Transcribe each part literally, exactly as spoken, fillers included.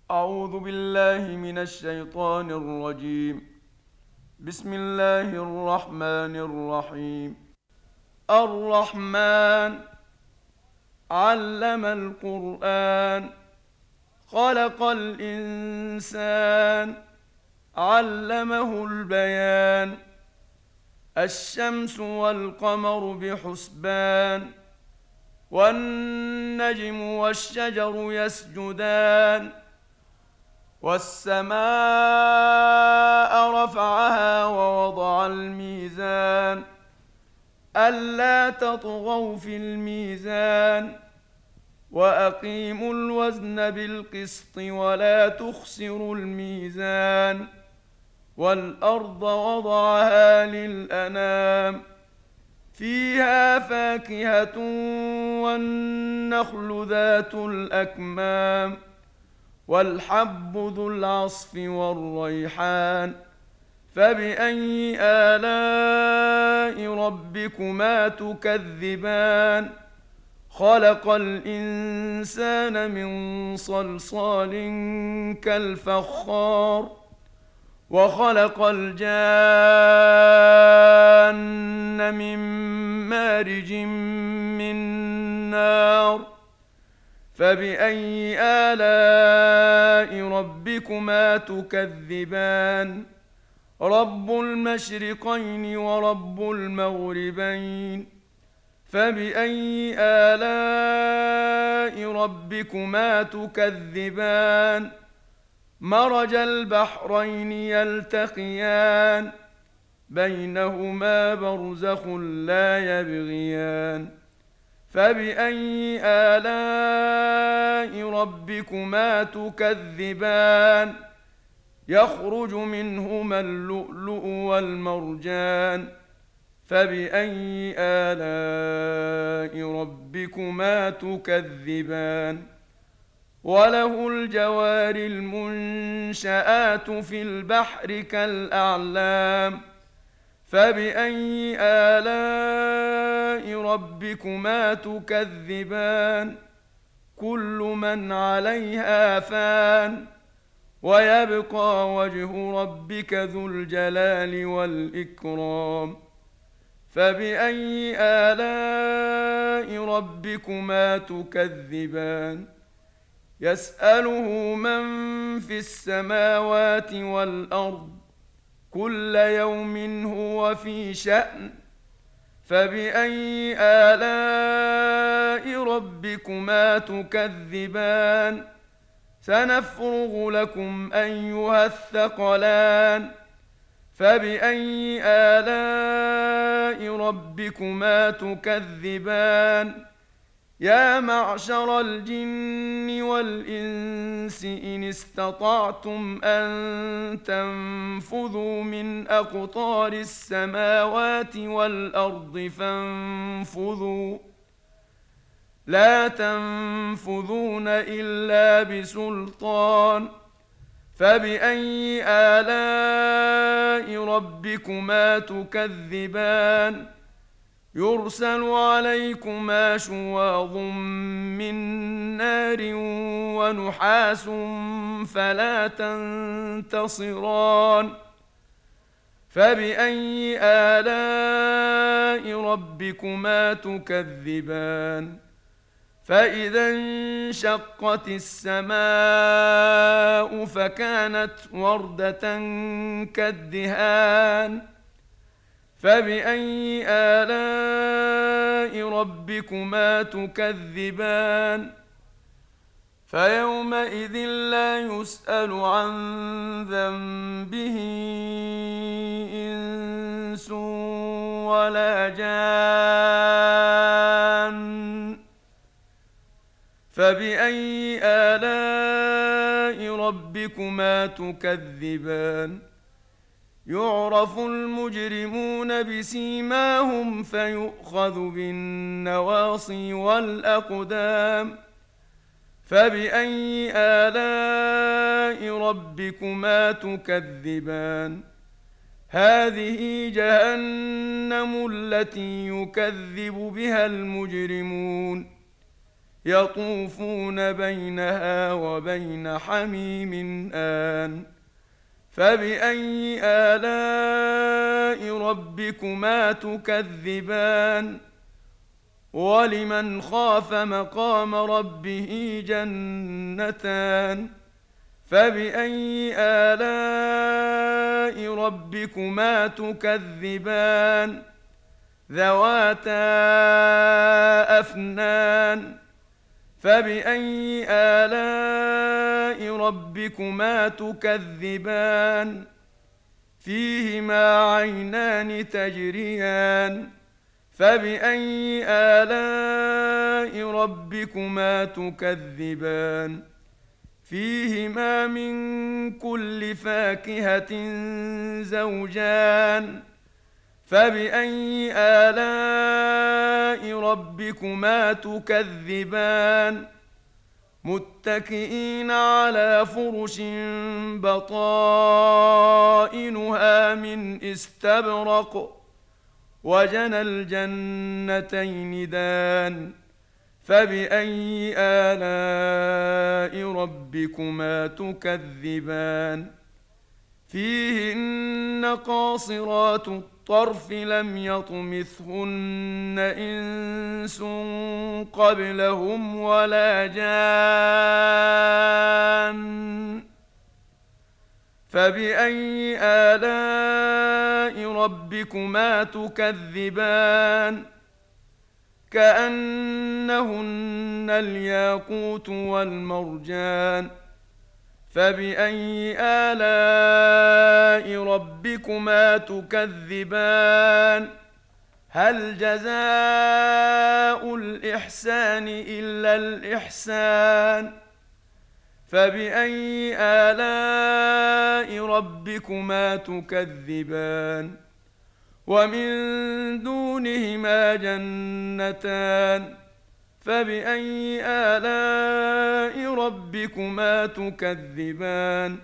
أعوذ بالله من الشيطان الرجيم. بسم الله الرحمن الرحيم. الرحمن علم القرآن، خلق الإنسان، علمه البيان. الشمس والقمر بحسبان، والنجم والشجر يسجدان، والسماء رفعها ووضع الميزان ألا تطغوا في الميزان، وأقيموا الوزن بالقسط ولا تخسروا الميزان. والأرض وضعها للأنام، فيها فاكهة والنخل ذات الأكمام، والحب ذو العصف والريحان. فبأي آلاء ربكما تكذبان؟ خلق الإنسان من صلصال كالفخار، وخلق الجان من مارج من نار. فبأي آلاء ربكما تكذبان؟ رب المشرقين ورب المغربين. فبأي آلاء ربكما تكذبان؟ مرج البحرين يلتقيان، بينهما برزخ لا يبغيان. فبأي آلاء ربكما تكذبان؟ يخرج منهما اللؤلؤ والمرجان. فبأي آلاء ربكما تكذبان؟ وله الجوار المنشآت في البحر كالأعلام. فبأي آلاء ربكما تكذبان؟ كل من عليها فان، ويبقى وجه ربك ذو الجلال والإكرام. فبأي آلاء ربكما تكذبان؟ يسأله من في السماوات والأرض، كل يوم هو في شأن. فبأي آلاء ربكما تكذبان؟ سنفرغ لكم أيها الثقلان. فبأي آلاء ربكما تكذبان؟ يا معشر الجن والإنس إن استطعتم أن تنفذوا من أقطار السماوات والأرض فانفذوا، لا تنفذون إلا بسلطان. فبأي آلاء ربكما تكذبان؟ يرسل عليكما شواظ من نار ونحاس فلا تنتصران. فبأي آلاء ربكما تكذبان؟ فإذا انشقت السماء فكانت وردة كالدهان. فبأي آلاء ربكما تكذبان؟ فيومئذ لا يسأل عن ذنبه إنس ولا جان. فبأي آلاء ربكما تكذبان؟ يعرف المجرمون بسيماهم فيؤخذ بالنواصي والأقدام. فبأي آلاء ربكما تكذبان؟ هذه جهنم التي يكذب بها المجرمون. يطوفون بينها وبين حميم آن فبأي آلاء ربكما تكذبان ولمن خاف مقام ربه جنتان فبأي آلاء ربكما تكذبان ذواتا أفنان فبأي آلاء ربكما تكذبان فيهما عينان تجريان فبأي آلاء ربكما تكذبان فيهما من كل فاكهة زوجان فبأي آلاء ربكما تكذبان متكئين على فرش بطائنها من استبرق وجنى الجنتين دان فبأي آلاء ربكما تكذبان فيهن قاصرات الطرف لم يطمثهن إنس قبلهم ولا جان فبأي آلاء ربكما تكذبان كأنهن الياقوت والمرجان فبأي آلاء ربكما تكذبان هل جزاء الإحسان إلا الإحسان فبأي آلاء ربكما تكذبان ومن دونهما جنتان فبأي آلاء ربكما تكذبان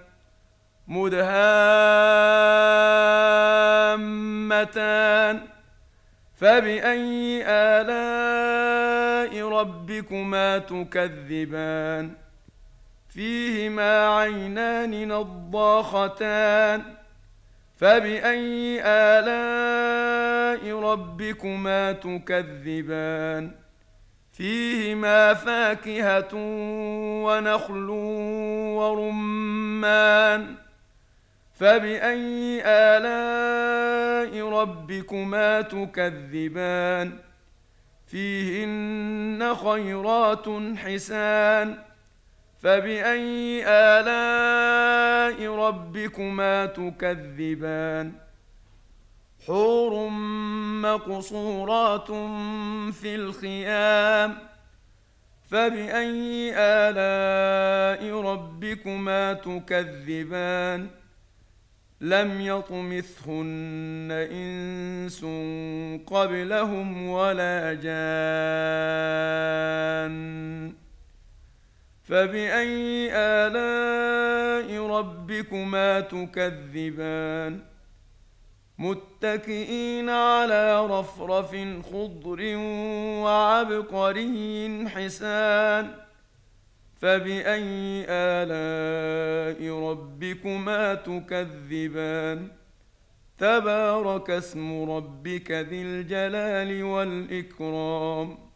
مدهامتان فبأي آلاء ربكما تكذبان فيهما عينان نضاختان فبأي آلاء ربكما تكذبان فيهما فاكهة ونخل ورمان فبأي آلاء ربكما تكذبان فيهن خيرات حسان فبأي آلاء ربكما تكذبان حور مقصورات في الخيام فبأي آلاء ربكما تكذبان لم يطمثهن إنس قبلهم ولا جان فبأي آلاء ربكما تكذبان متكئين على رفرف خضر وعبقري حسان فبأي آلاء ربكما تكذبان تبارك اسم ربك ذي الجلال والإكرام